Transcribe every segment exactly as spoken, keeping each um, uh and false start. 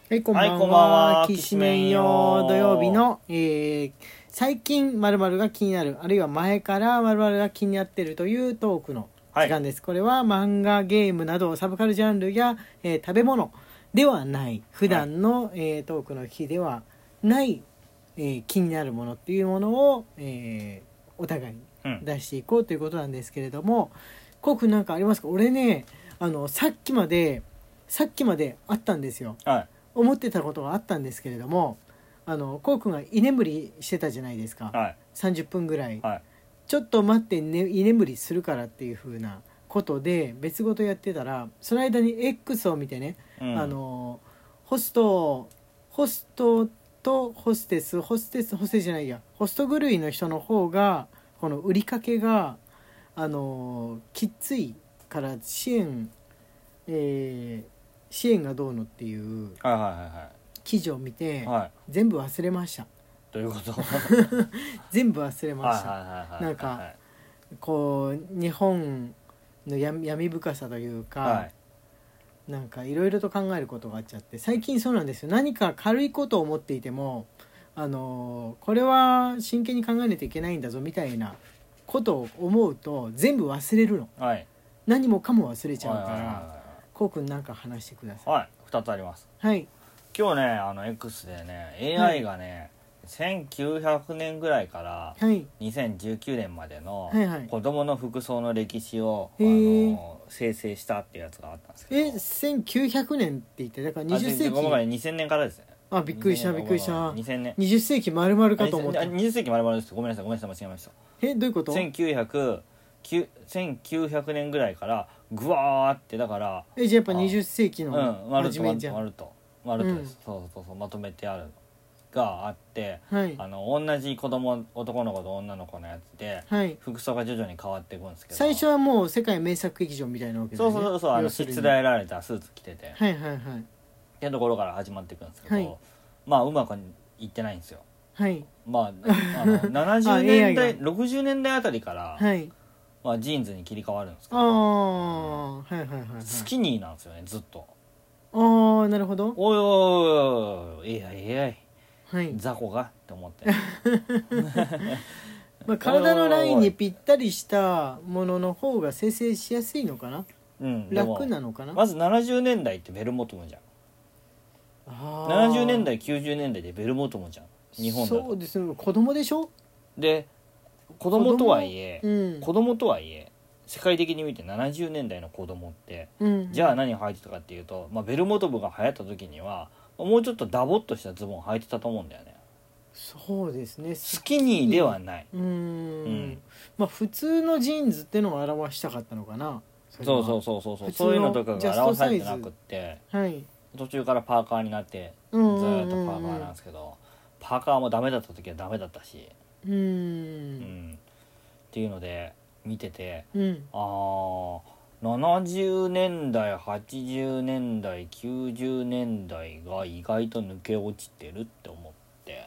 はい、こんばんは。 はいこんばんはきしめんよ土曜日の、えー、最近〇〇が気になる、あるいは前から〇〇が気になっているというトークの時間です。はい、これは漫画、ゲームなどサブカルジャンルや、えー、食べ物ではない、普段の、はい、えー、トークの日ではない、えー、気になるものっていうものを、えー、お互いに出していこうということなんですけれども、こうくんなんかありますか？俺ね、あのさっきまでさっきまであったんですよ。はい、思ってたことがあったんですけれども、あのこうくんが居眠りしてたじゃないですか、はい、さんじゅっぷんぐらい、はい、ちょっと待って、ね、居眠りするからっていう風なことで別事やってたら、その間に X を見てね、うん、あのホストホストとホステスホステスホステスじゃないやホスト狂いの人の方がこの売りかけがあのきついから支援、えー支援がどうのっていう記事を見て、はいはい、全部忘れました。 どういうこと全部忘れました、はいはいはいはい、なんかこう日本の闇深さというか、はい、なんかいろいろと考えることがあっちゃって、最近そうなんですよ。何か軽いことを思っていても、あのこれは真剣に考えないといけないんだぞみたいなことを思うと全部忘れるの、はい、何もかも忘れちゃうから、はいはいはいはい、こうくんなんか話してください。 はい、ふたつあります。 はい。 今日ね、あの X でね エーアイ がね、はい、せんきゅうひゃくねんぐらいからにせんじゅうきゅうねんまでの子供の服装の歴史を、はいはい、あの生成したっていうやつがあったんですけど。 え、せんきゅうひゃくねんって言ってだからにじゅっせいき。 ごめんなさい、にせんねんからですね。 あ、びっくりしたびっくりした。 にせんねんにじゅっせいき丸々かと思った。 にじゅっせいき丸々です。ごめんなさいごめんなさい間違えました。 え、どういうこと？ せんきゅうひゃくねんぐらいからぐわーってだから。 え、じゃあやっぱにじゅっせいきの初めじゃん。丸と丸とです、うん、そうそうそうまとめてあるがあって、はい、あの同じ子供男の子と女の子のやつで、はい、服装が徐々に変わっていくんですけど、 最初はもう世界名作劇場みたいなわけですね。 そうそうそう、あのしつらえられたスーツ着てて、 はいはいはい、 っていうところから始まっていくんですけど、はい、まあうまくいってないんですよ。 はい、 まあ、あのななじゅうねんだいろくじゅうねんだいあたりから、はい、まあ、ジーンズに切り替わるんですけど、あ、 はいはいはいはい、 スキニーなんですよねずっと。 ああ、なるほど。 おいおいおい、エーアイエーアイ、はい、雑魚がって思ってまあ体のラインにぴったりしたものの方が生成しやすいのかな、うん、楽なのかな。 まずななじゅうねんだいってベルボトムじゃん。あ、ななじゅうねんだいきゅうじゅうねんだいでベルボトムじゃん日本だと。 そうですね、子供でしょ。 で子供とはいえ子供、うん、子供とはいえ世界的に見てななじゅうねんだいの子供って、うん、じゃあ何履いてたかっていうと、まあ、ベルボトムが流行った時にはもうちょっとダボっとしたズボン履いてたと思うんだよね。 そうですね、 スキニーではない。 うーん、うん、まあ普通のジーンズってのを表したかったのかな。 そそうそうそうそうそう、そういうのとかが表されてなくって、はい、途中からパーカーになってずっとパーカーなんですけど、うんうんうん、パーカーもダメだった時はダメだったし、うーん、うん、っていうので見てて、うん、ああななじゅうねんだいはちじゅうねんだいきゅうじゅうねんだいが意外と抜け落ちてるって思って、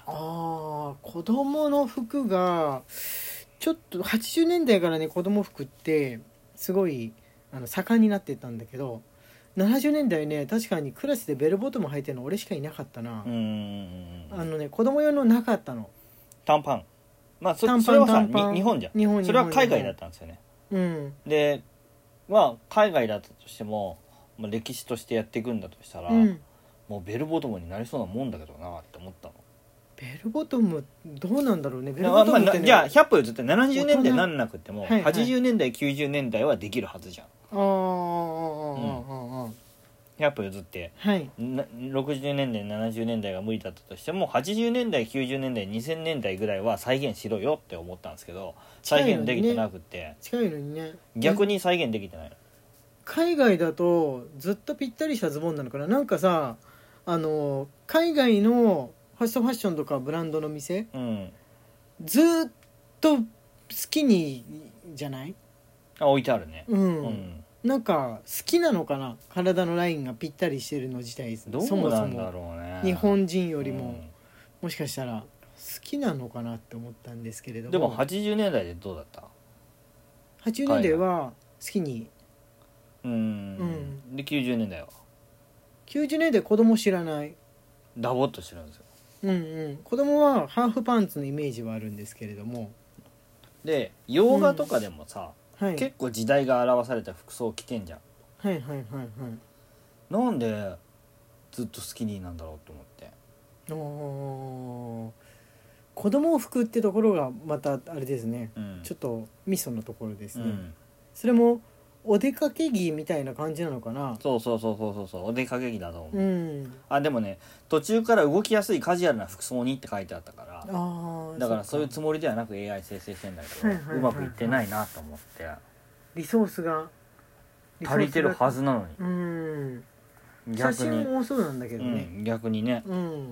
ああ子供の服がちょっとはちじゅうねんだいからね、子供服ってすごいあの盛んになってったんだけど、ななじゅうねんだいね、確かにクラスでベルボトム履いてるの俺しかいなかったな。うーん、あのね子供用のなかったの。 短パン、まあ そ, それはさ日本じゃん。日本それは海外だったんですよね。うん、でまあ海外だったとしても、まあ、歴史としてやっていくんだとしたら、うん、もうベルボトムになりそうなもんだけどなって思ったの。 ベルボトムどうなんだろうね。ベルボトムって、ね、 まあ、じゃあひゃっぽ譲ってななじゅうねんだいなんなくても、はいはい、はちじゅうねんだいきゅうじゅうねんだいはできるはずじゃん。ああ、うん、ひゃっぽ譲って、はい、ろくじゅうねんだいななじゅうねんだいが無理だったとしてもはちじゅうねんだいきゅうじゅうねんだいにせんねんだいぐらいは再現しろよって思ったんですけど、再現できてなくて、 近いのにね、 逆に再現できてないの。 海外だとずっとぴったりしたズボンなのかな。なんかさ、あの海外のファストファッションとかブランドの店、うん、ずっと好きにじゃない？ あ、置いてあるね、うん、 うん、なんか好きなのかな、体のラインがぴったりしてるの自体。 どうなんだろうね、 日本人よりも、うん、もしかしたら好きなのかなって思ったんですけれども。 でもはちじゅうねんだいでどうだった？ はちじゅうねんだいは好きに、 うん、うん、できゅうじゅうねんだいはきゅうじゅうねんだい子供知らない。 ダボっとしてるんですよ。 うんうん、子供はハーフパンツのイメージはあるんですけれども、 で洋画とかでもさ、 うんはい、 結構時代が表された服装を着てんじゃん。 はいはいはいはい。 なんでずっとスキニーなんだろうと思って。 お子供服ってところがまたあれですね、うん、ちょっとミソのところですね、うん、それもお出かけ着みたいな感じなのかな。 そうそうそうそうそうお出かけ着だと思う、うん、あでもね途中から動きやすいカジュアルな服装にって書いてあったから、あだからそういうつもりではなく エーアイ 生成してんだけど、はいはいはいはい、うまくいってないなと思って。 リソースが足りてるはずなのに、うん、 逆に写真もそうなんだけどね、 うん、逆にね、うん、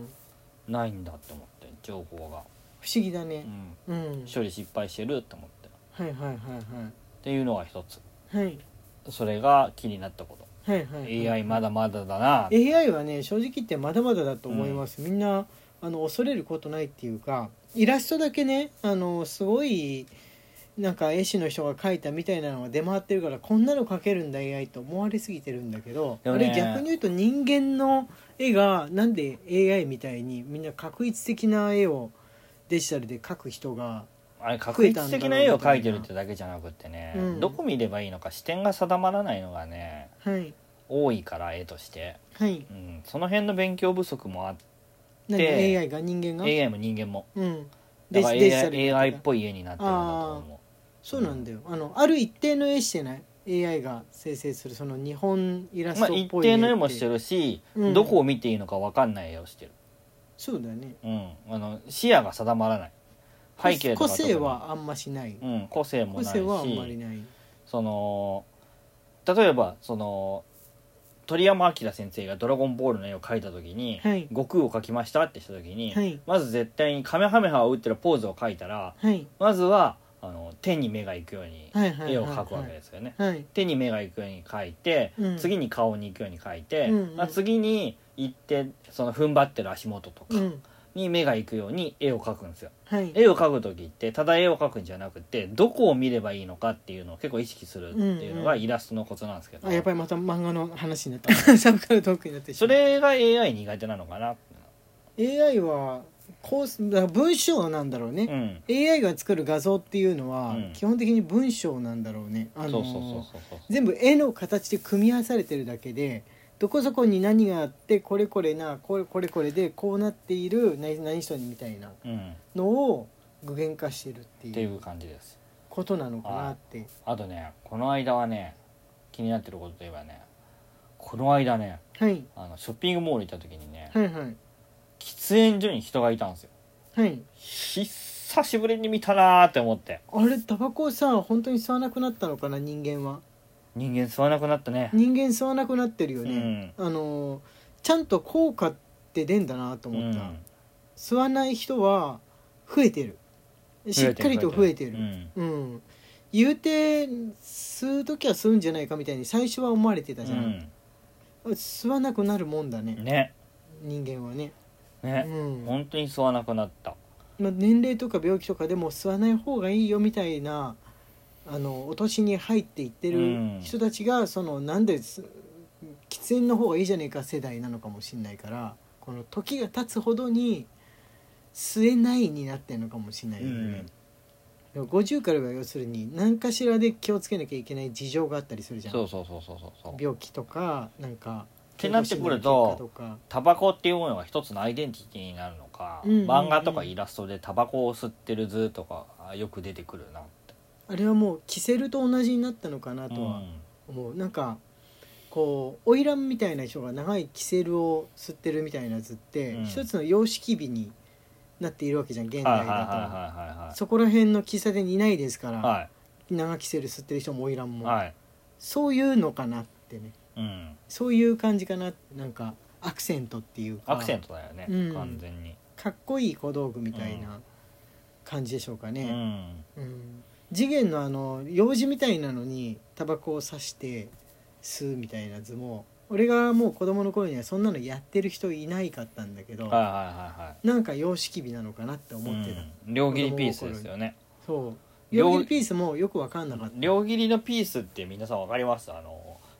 ないんだって思って情報が不思議だね、 うんうん、処理失敗してるって思って、 はいはいはいはい、 っていうのが一つ、 はい、 それが気になったこと、はいはいはい、エーアイ まだまだだな。 エーアイ はね正直言ってまだまだだと思います、うん、みんなあの恐れることないっていうか、イラストだけねあのすごいなんか絵師の人が描いたみたいなのが出回ってるからこんなの描けるんだ エーアイ と思われすぎてるんだけど、あれ逆に言うと人間の絵がなんで エーアイ みたいにみんな画一的な絵をデジタルで描く人があれ画一的な絵を描いてるってだけじゃなくってね、うん、どこ見ればいいのか視点が定まらないのがね、はい、多いから絵として、はいうん、その辺の勉強不足もあって、 何 エーアイ が人間がエーアイ も人間も、うん、だから エーアイ, エーアイっぽい絵になってるんだと思う。 そうなんだよ、あのある一定の絵してない エーアイ が生成するその日本イラストっぽい絵って、 まあ、一定の絵もしてるし、うん、どこを見ていいのか分かんない絵をしてる。 そうだね、 うん、あの視野が定まらない、背景とか個性はあんましない、 うん、個性もないし、 個性はあんまりない。 その例えばその鳥山明先生がドラゴンボールの絵を描いた時に、はい、悟空を描きましたってした時に、はい、まず絶対にカメハメハを打ってるポーズを描いたら、はい、まずはあの手に目が行くように絵を描くわけですよね、はいはいはいはい、手に目が行くように描いて、うん、次に顔に行くように描いて、うんうんまあ、次に行ってその踏ん張ってる足元とかに目が行くように絵を描くんですよ、はい、絵を描く時ってただ絵を描くんじゃなくてどこを見ればいいのかっていうのを結構意識するっていうのがイラストのコツなんですけど、 うんうん、あやっぱりまた漫画の話になったサブカルトークになってしまう。 それが エーアイ 苦手なのかな。 エーアイ はこうだ文章なんだろうね、うん、エーアイ が作る画像っていうのは、うん、基本的に文章なんだろうね。あの全部絵の形で組み合わされてるだけでどこそこに何があってこれこれなこれこれこれでこうなっている何何々みたいなのを具現化してるっていう、 っていう感じですことなのかなって。 あとねこの間はね気になってることといえばねこの間ね、はい、あのショッピングモール行った時にね、はいはい、喫煙所に人がいたんですよ、はい、久しぶりに見たなーって思って。 あれタバコさ本当に吸わなくなったのかな。人間は人間吸わなくなったね。 人間吸わなくなってるよね、うん、あのちゃんと効果って出んだなと思った、うん、吸わない人は増えてるしっかりと増えてる、うんうん、言うて吸う時は吸うんじゃないかみたいに最初は思われてたじゃん、うん、吸わなくなるもんだね。ね人間はねね、うん、本当に吸わなくなった、 まあ、年齢とか病気とかでも吸わない方がいいよみたいなあのお年に入っていってる人たちが、うん、そのなんで喫煙の方がいいじゃねえか世代なのかもしれないからこの時が経つほどに吸えないになってるのかもしれないよね、うん、ごじゅうからは要するに何かしらで気をつけなきゃいけない事情があったりするじゃん。 そうそうそうそうそう病気とかなんかってなってくるとタバコっていうものが一つのアイデンティティになるのか、うんうんうん、漫画とかイラストでタバコを吸ってる図とかよく出てくるなって。 あれはもうキセルと同じになったのかなとは思う、うん、なんかこう花魁みたいな人が長いキセルを吸ってるみたいな図って、うん、一つの様式美になっているわけじゃん現代だと。そこら辺の喫茶店にいないですから、はい、長キセル吸ってる人も花魁も、はい、そういうのかなってね、うん、そういう感じかな。なんかアクセントっていうかアクセントだよね、うん、完全にかっこいい小道具みたいな感じでしょうかね、うんうん、次元のあの用事みたいなのにタバコを刺して吸うみたいな図も俺がもう子供の頃にはそんなのやってる人いないかったんだけど、はいはいはいはい、なんか様式美なのかなって思ってた、 うん、両切りピースですよね。 そう両切りピースもよく分かんなかった。 両切りのピースって皆さん分かります？あの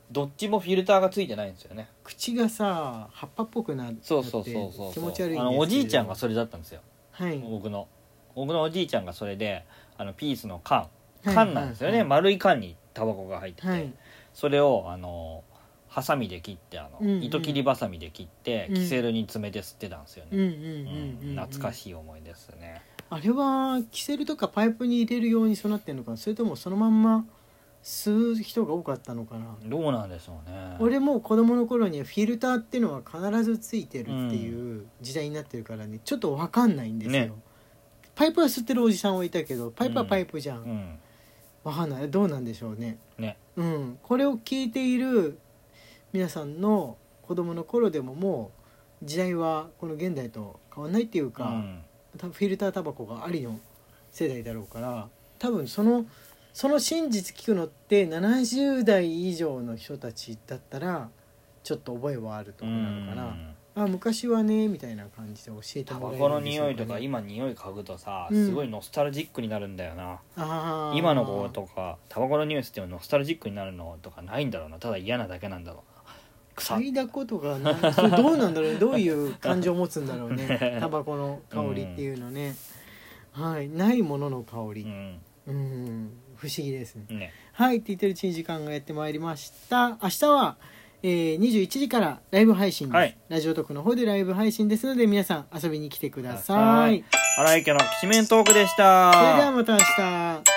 どっちもフィルターがついてないんですよね。 口がさ葉っぱっぽくなってそうそうそうそう気持ち悪いんですけど、 あのおじいちゃんがそれだったんですよ、 はい、 僕の僕のおじいちゃんがそれであのピースの缶缶なんですよね、はいはいはい、丸い缶にタバコが入ってて、はい、それをあのハサミで切ってあの、うんうん、糸切りバサミで切ってキセルに詰めて吸ってたんですよね。懐かしい思いですね。 あれはキセルとかパイプに入れるようにそうなってるのか、それともそのまんま吸う人が多かったのかな。 どうなんでしょうね。 俺も子供の頃にはフィルターっていうのは必ずついてるっていう時代になってるからね、ちょっと分かんないんですよ、ね、パイプは吸ってるおじさんはいたけどパイプはパイプじゃん、うんうん、分かんない、どうなんでしょうね。 ね、 うん、これを聞いている皆さんの子供の頃でももう時代はこの現代と変わんないっていうか、うん、多分フィルタータバコがありの世代だろうから、多分そのその真実聞くのってななじゅう代以上の人たちだったらちょっと覚えはあるところなのかな、うん、あ昔はねみたいな感じで教えてもらえるんでしょうかね。 タバコの匂いとか今匂い嗅ぐとさ、すごいノスタルジックになるんだよな、うん、あ今の子とかタバコの匂いってノスタルジックになるのとかないんだろうな、ただ嫌なだけなんだろうな。 嗅いだことがないそれどうなんだろうねどういう感情を持つんだろうねタバコの香りっていうのね、うん、はいないものの香り、うん、うん不思議です ね, ねはいって言ってるうちに時間がやってまいりました。明日は、えー、にじゅういちじからライブ配信です、はい、ラジオトークの方でライブ配信ですので皆さん遊びに来てください。 荒井家のきしめんトークでした。 それではまた明日。